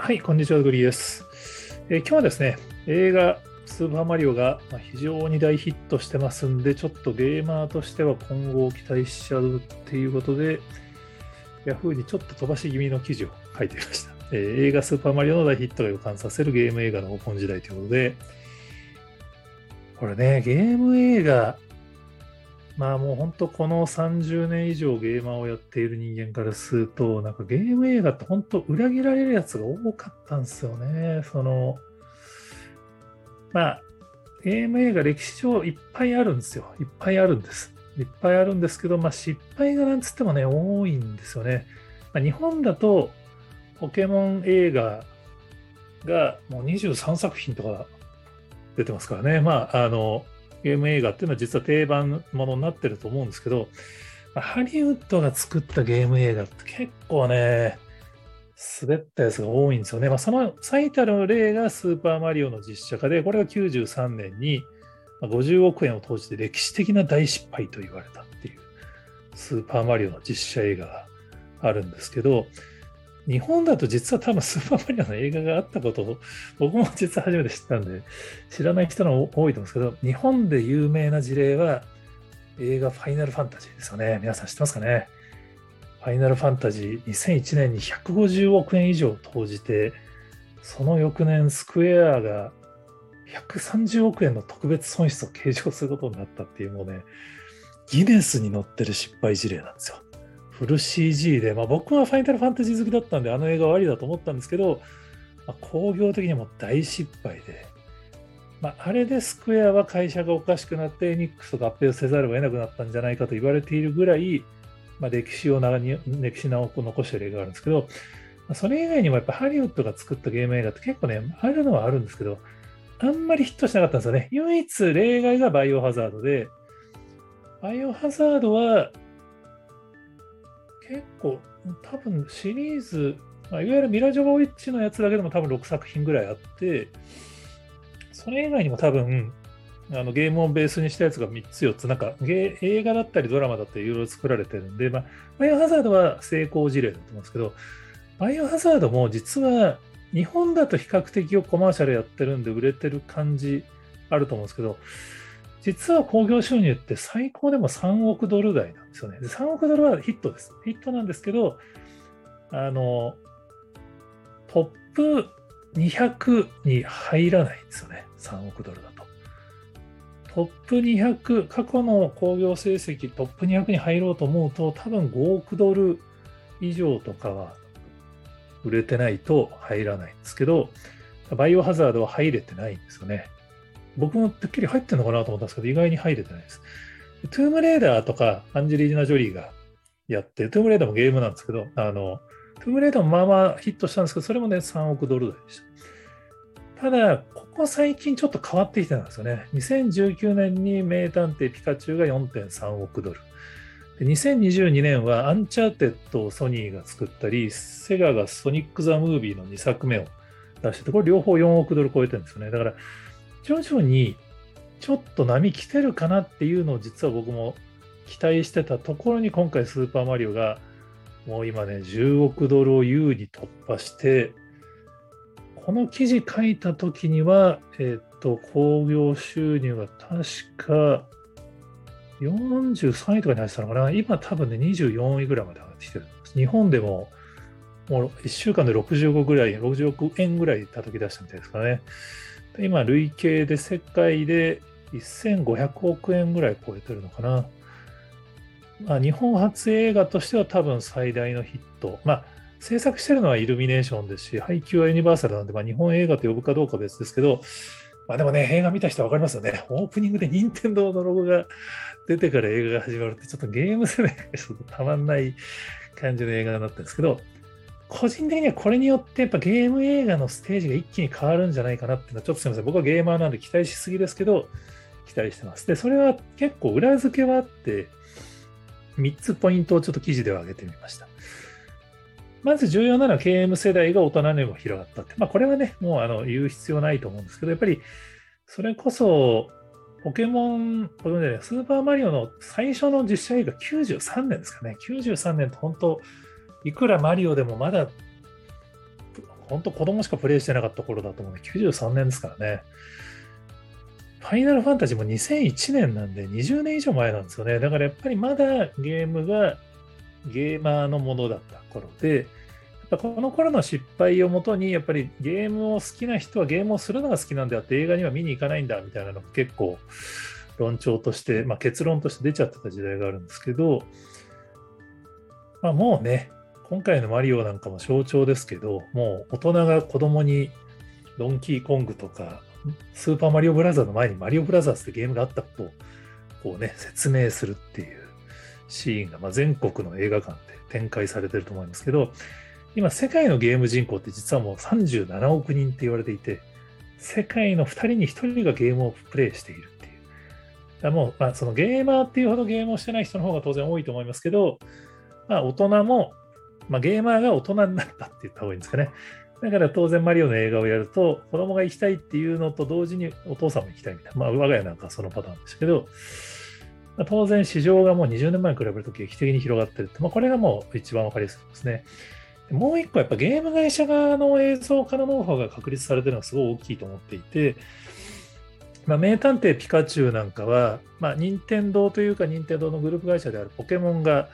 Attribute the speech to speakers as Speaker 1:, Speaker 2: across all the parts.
Speaker 1: はい、こんにちは、グリーです。今日はですね、映画スーパーマリオが非常に大ヒットしてますんで、ちょっとゲーマーとしては今後を期待しちゃうっていうことで、ヤフーにちょっと飛ばし気味の記事を書いてみました。映画スーパーマリオの大ヒットが予感させるゲーム映画の黄金時代ということで、これね、ゲーム映画、もう本当この30年以上ゲーマーをやっている人間からすると、なんかゲーム映画って本当裏切られるやつが多かったんですよね。まあ、ゲーム映画歴史上いっぱいあるんですよ。いっぱいあるんです。いっぱいあるんですけど、失敗がなんつってもね、多いんですよね。日本だとポケモン映画がもう23作品とか出てますからね。ゲーム映画っていうのは実は定番ものになってると思うんですけど、ハリウッドが作ったゲーム映画って結構ね、滑ったやつが多いんですよね。その最たる例がスーパーマリオの実写化で、これが93年に50億円を投じて歴史的な大失敗と言われたっていうスーパーマリオの実写映画があるんですけど、日本だと実は多分スーパーマリオの映画があったことを僕も実は初めて知ったんで、知らない人の多いと思うんですけど、日本で有名な事例は映画ファイナルファンタジーですよね。皆さん知ってますかね。ファイナルファンタジー2001年に150億円以上投じて、その翌年スクエアが130億円の特別損失を計上することになったっていう、もうね、ギネスに載ってる失敗事例なんですよ。フル CG で、僕はファイナルファンタジー好きだったんで、あの映画はありだと思ったんですけど、興行的にも大失敗で、あれでスクエアは会社がおかしくなって、エニックスと合併せざるを得なくなったんじゃないかと言われているぐらい、歴史を残している映画があるんですけど、それ以外にもやっぱハリウッドが作ったゲーム映画って結構ね、あるのはあるんですけど、あんまりヒットしなかったんですよね。唯一例外がバイオハザードで、バイオハザードは結構多分シリーズ、いわゆるミラ・ジョボウィッチのやつだけでも多分6作品ぐらいあって、それ以外にも多分ゲームをベースにしたやつが3つ4つ、映画だったりドラマだったりいろいろ作られてるんで、バイオハザードは成功事例だと思うんですけど、バイオハザードも実は日本だと比較的コマーシャルやってるんで売れてる感じあると思うんですけど、実は興行収入って最高でも3億ドル台なんですよね。で3億ドルはヒットです。ヒットなんですけど、トップ200に入らないんですよね。3億ドルだと。トップ200、過去の興行成績トップ200に入ろうと思うと、多分5億ドル以上とかは売れてないと入らないんですけど、バイオハザードは入れてないんですよね。僕もてっきり入ってるのかなと思ったんですけど、意外に入れてないです。トゥームレーダーとかアンジェリーナ・ジョリーがやって、トゥームレーダーもゲームなんですけど、トゥームレーダーもまあまあヒットしたんですけど、それもね、3億ドル台でした。ただ、ここ最近ちょっと変わってきてたんですよね。2019年に名探偵ピカチュウが4.3億ドル。で2022年はアンチャーテッドをソニーが作ったり、セガがソニック・ザ・ムービーの2作目を出してて、これ両方4億ドル超えてるんですよね。だから、徐々にちょっと波来てるかなっていうのを実は僕も期待してたところに、今回スーパーマリオがもう今ね、10億ドルを優に突破して、この記事書いた時には、興行収入が確か43位とかに入ってたのかな。今多分ね、24位ぐらいまで上がってきてるんです。日本でももう1週間で60億ぐらい、60億円ぐらい叩き出したみたいですからね。今、累計で世界で1500億円ぐらい超えてるのかな。日本初映画としては多分最大のヒット。制作してるのはイルミネーションですし、配給はユニバーサルなんで、日本映画と呼ぶかどうかは別ですけど、でもね、映画見た人は分かりますよね。オープニングで任天堂のロゴが出てから映画が始まるって、ちょっとゲーム世代がちょっとたまんない感じの映画になってるんですけど、個人的にはこれによってやっぱゲーム映画のステージが一気に変わるんじゃないかなっていうのは、ちょっとすみません。僕はゲーマーなんで期待しすぎですけど、期待してます。で、それは結構裏付けはあって、3つポイントをちょっと記事では挙げてみました。まず重要なのはゲーム世代が大人にも広がったって。これはね、もう言う必要ないと思うんですけど、やっぱりそれこそポケモンじゃない、スーパーマリオの最初の実写映画93年ですかね。93年と本当、いくらマリオでもまだ本当子供しかプレイしてなかった頃だと思うので、93年ですからね。ファイナルファンタジーも2001年なんで20年以上前なんですよね。だからやっぱりまだゲームがゲーマーのものだった頃で、やっぱこの頃の失敗をもとに、やっぱりゲームを好きな人はゲームをするのが好きなんであって映画には見に行かないんだみたいなのが結構論調として、結論として出ちゃってた時代があるんですけど、もうね、今回のマリオなんかも象徴ですけど、もう大人が子供にドンキーコングとか、スーパーマリオブラザーズの前にマリオブラザーズってゲームがあったことをこうね、説明するっていうシーンが、全国の映画館で展開されてると思いますけど、今世界のゲーム人口って実はもう37億人って言われていて、世界の2人に1人がゲームをプレイしているっていう。だもう、そのゲーマーっていうほどゲームをしてない人の方が当然多いと思いますけど、大人も、ゲーマーが大人になったって言った方がいいんですかね。だから当然マリオの映画をやると、子供が行きたいっていうのと同時にお父さんも行きたいみたいな。我が家なんかそのパターンでしたけど、当然市場がもう20年前に比べると劇的に広がってるって、これがもう一番わかりやすいですね。もう一個やっぱゲーム会社側の映像化のノウハウが確立されてるのがすごい大きいと思っていて、名探偵ピカチュウなんかは、任天堂というか任天堂のグループ会社であるポケモンが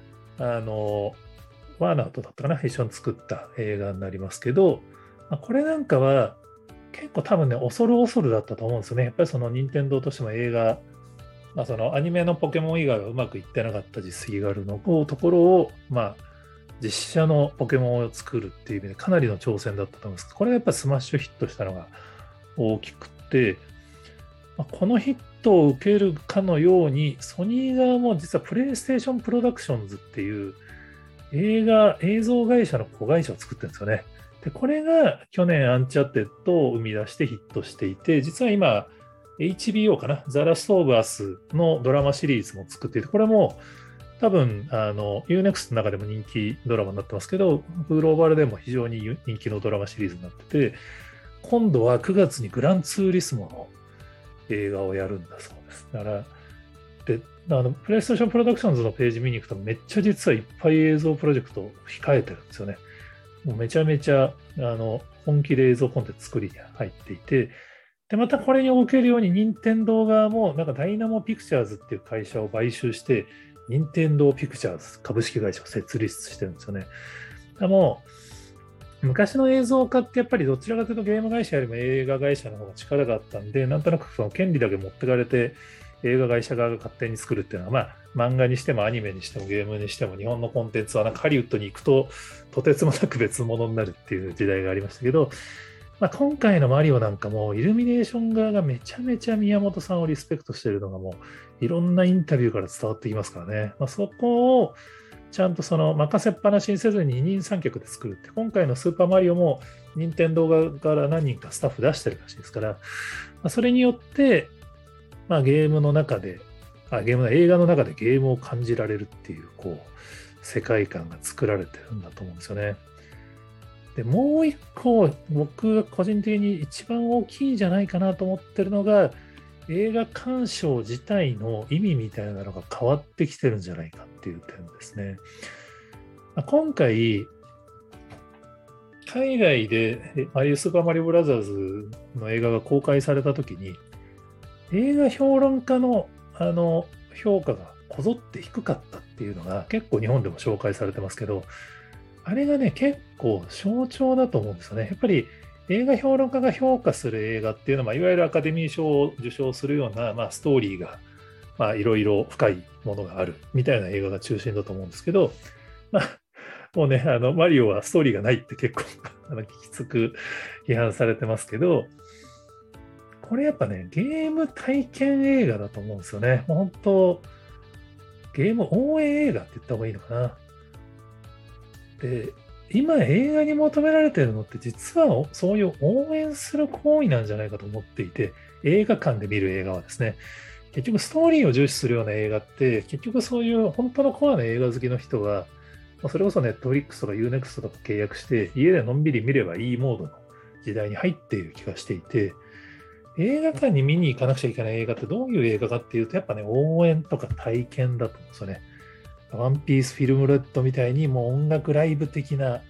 Speaker 1: ワーナーとだったかな、一緒に作った映画になりますけど、これなんかは結構多分ね、恐る恐るだったと思うんですよね。やっぱりその任天堂としても映画、そのアニメのポケモン以外はうまくいってなかった実績があるのところを、実写のポケモンを作るっていう意味でかなりの挑戦だったと思うんですけど、これがやっぱスマッシュヒットしたのが大きくて、このヒットを受けるかのように、ソニー側も実はプレイステーションプロダクションズっていう映像会社の子会社を作ってるんですよね。で、これが去年アンチャッテッドを生み出してヒットしていて、実は今、HBO かな、ザ・ラスト・オブ・アスのドラマシリーズも作っていて、これも多分、UNEXT の中でも人気ドラマになってますけど、グローバルでも非常に人気のドラマシリーズになってて、今度は9月にグランツーリスモの映画をやるんだそうです。だから、プレイステーションプロダクションズのページ見に行くと、めっちゃ実はいっぱい映像プロジェクト控えてるんですよね。もうめちゃめちゃ本気で映像コンテンツ作りに入っていて、で、またこれにおけるように、任天堂側も、なんかダイナモピクチャーズっていう会社を買収して、任天堂ピクチャーズ株式会社を設立してるんですよね。でも昔の映像化ってやっぱりどちらかというとゲーム会社よりも映画会社の方が力があったんで、なんとなくその権利だけ持ってかれて映画会社側が勝手に作るっていうのは、漫画にしてもアニメにしてもゲームにしても日本のコンテンツはなんかハリウッドに行くととてつもなく別物になるっていう時代がありましたけど、今回のマリオなんかもイルミネーション側がめちゃめちゃ宮本さんをリスペクトしているのがもういろんなインタビューから伝わってきますからね。そこをちゃんとその任せっぱなしにせずに二人三脚で作るって、今回のスーパーマリオも任天堂側から何人かスタッフ出してるらしいですから、それによって、ゲームの中で、映画の中でゲームを感じられるっていう、世界観が作られてるんだと思うんですよね。で、もう一個、僕が個人的に一番大きいんじゃないかなと思ってるのが、映画鑑賞自体の意味みたいなのが変わってきてるんじゃないかっていう点ですね。今回、海外でスーパーマリオブラザーズの映画が公開されたときに、映画評論家の評価がこぞって低かったっていうのが結構日本でも紹介されてますけど、あれがね、結構象徴だと思うんですよね。やっぱり映画評論家が評価する映画っていうのは、いわゆるアカデミー賞を受賞するような、ストーリーが、いろいろ深いものがあるみたいな映画が中心だと思うんですけど、もうね、マリオはストーリーがないって結構きつく批判されてますけど、これやっぱね、ゲーム体験映画だと思うんですよね。もう本当、ゲーム応援映画って言った方がいいのかな。で、今映画に求められているのって実はそういう応援する行為なんじゃないかと思っていて、映画館で見る映画はですね、結局ストーリーを重視するような映画って、結局そういう本当のコアな映画好きの人が、それこそネットフリックスとか UNEXT とか契約して家でのんびり見ればいいモードの時代に入っている気がしていて、映画館に見に行かなくちゃいけない映画ってどういう映画かっていうと、やっぱね、応援とか体験だと思うんですよね。ワンピースフィルムレッドみたいにもう音楽ライブ的な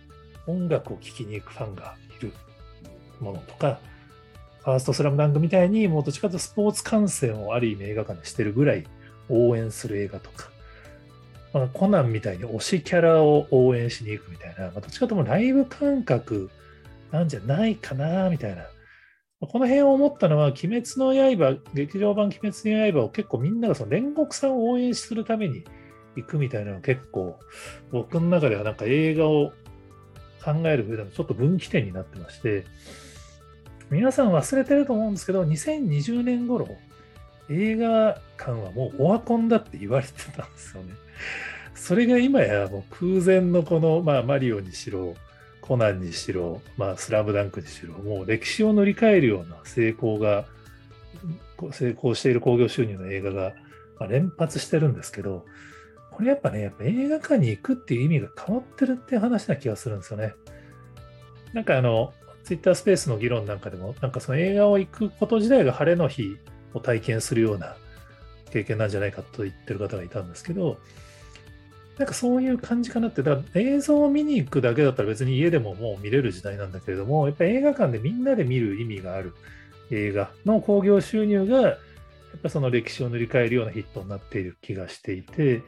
Speaker 1: 音楽を聴きに行くファンがいるものとか、ファーストスラムダンクみたいに、もうどっちかというとスポーツ観戦をある意味映画館でしてるぐらい応援する映画とか、コナンみたいに推しキャラを応援しに行くみたいな、どっちかというとライブ感覚なんじゃないかな、みたいな。この辺を思ったのは、鬼滅の刃、劇場版鬼滅の刃を結構みんながその煉獄さんを応援するために行くみたいなのが結構、僕の中ではなんか映画を考える上でもちょっと分岐点になってまして、皆さん忘れてると思うんですけど、2020年頃、映画館はもうオワコンだって言われてたんですよね。それが今やもう空前のこの、マリオにしろ、コナンにしろ、スラムダンクにしろ、もう歴史を塗り替えるような成功している興行収入の映画が連発してるんですけど、これやっぱ映画館に行くっていう意味が変わってるっていう話な気がするんですよね。なんかツイッタースペースの議論なんかでも、なんかその映画を行くこと自体が晴れの日を体験するような経験なんじゃないかと言ってる方がいたんですけど、なんかそういう感じかなって、だから映像を見に行くだけだったら別に家でももう見れる時代なんだけれども、やっぱり映画館でみんなで見る意味がある映画の興行収入が、やっぱその歴史を塗り替えるようなヒットになっている気がしていて、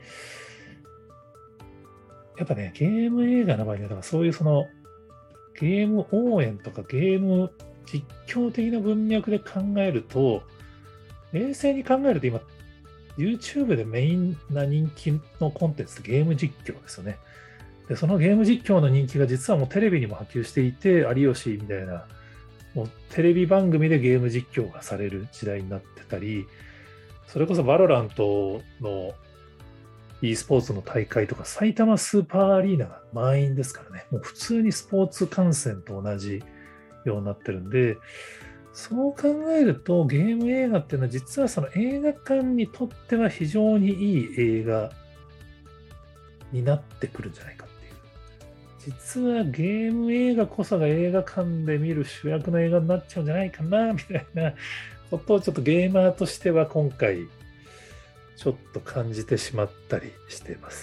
Speaker 1: やっぱね、ゲーム映画の場合には、だからそういうそのゲーム応援とかゲーム実況的な文脈で考えると、冷静に考えると今、YouTube でメインな人気のコンテンツってゲーム実況ですよね。で、そのゲーム実況の人気が実はもうテレビにも波及していて、有吉みたいな、もうテレビ番組でゲーム実況がされる時代になってたり、それこそバロラントの e スポーツの大会とか、埼玉スーパーアリーナが満員ですからね、もう普通にスポーツ観戦と同じようになってるんで、そう考えるとゲーム映画っていうのは実はその映画館にとっては非常にいい映画になってくるんじゃないかっていう。実はゲーム映画こそが映画館で見る主役の映画になっちゃうんじゃないかなみたいなことをちょっとゲーマーとしては今回ちょっと感じてしまったりしています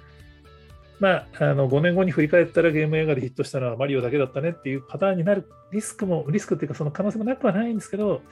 Speaker 1: 。5年後に振り返ったらゲーム映画でヒットしたのはマリオだけだったねっていうパターンになるリスクっていうかその可能性もなくはないんですけど、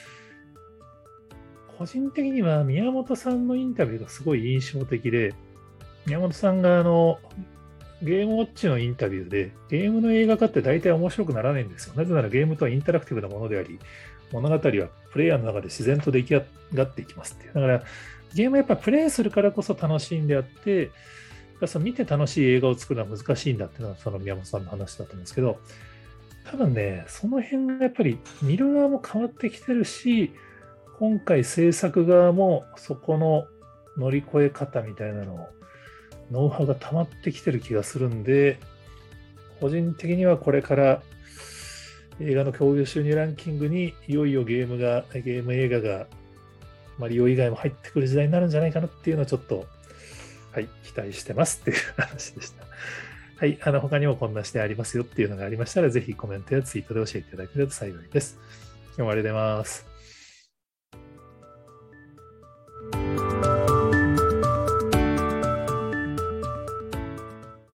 Speaker 1: 個人的には宮本さんのインタビューがすごい印象的で、宮本さんがゲームウォッチのインタビューで、ゲームの映画化って大体面白くならないんですよ。なぜならゲームとはインタラクティブなものであり、物語はプレイヤーの中で自然と出来上がっていきますっていう。だからゲームはやっぱプレイするからこそ楽しいんであって、見て楽しい映画を作るのは難しいんだっていうのはその宮本さんの話だと思うんですけど、多分ね、その辺がやっぱり見る側も変わってきてるし、今回制作側もそこの乗り越え方みたいなのを、ノウハウが溜まってきてる気がするんで、個人的にはこれから映画の興行収入ランキングにいよいよゲーム映画がマリオ以外も入ってくる時代になるんじゃないかなっていうのをちょっと期待してますっていう話でした。はい、他にもこんな視点ありますよっていうのがありましたら、ぜひコメントやツイートで教えていただけると幸いです。今日もありがとうございます。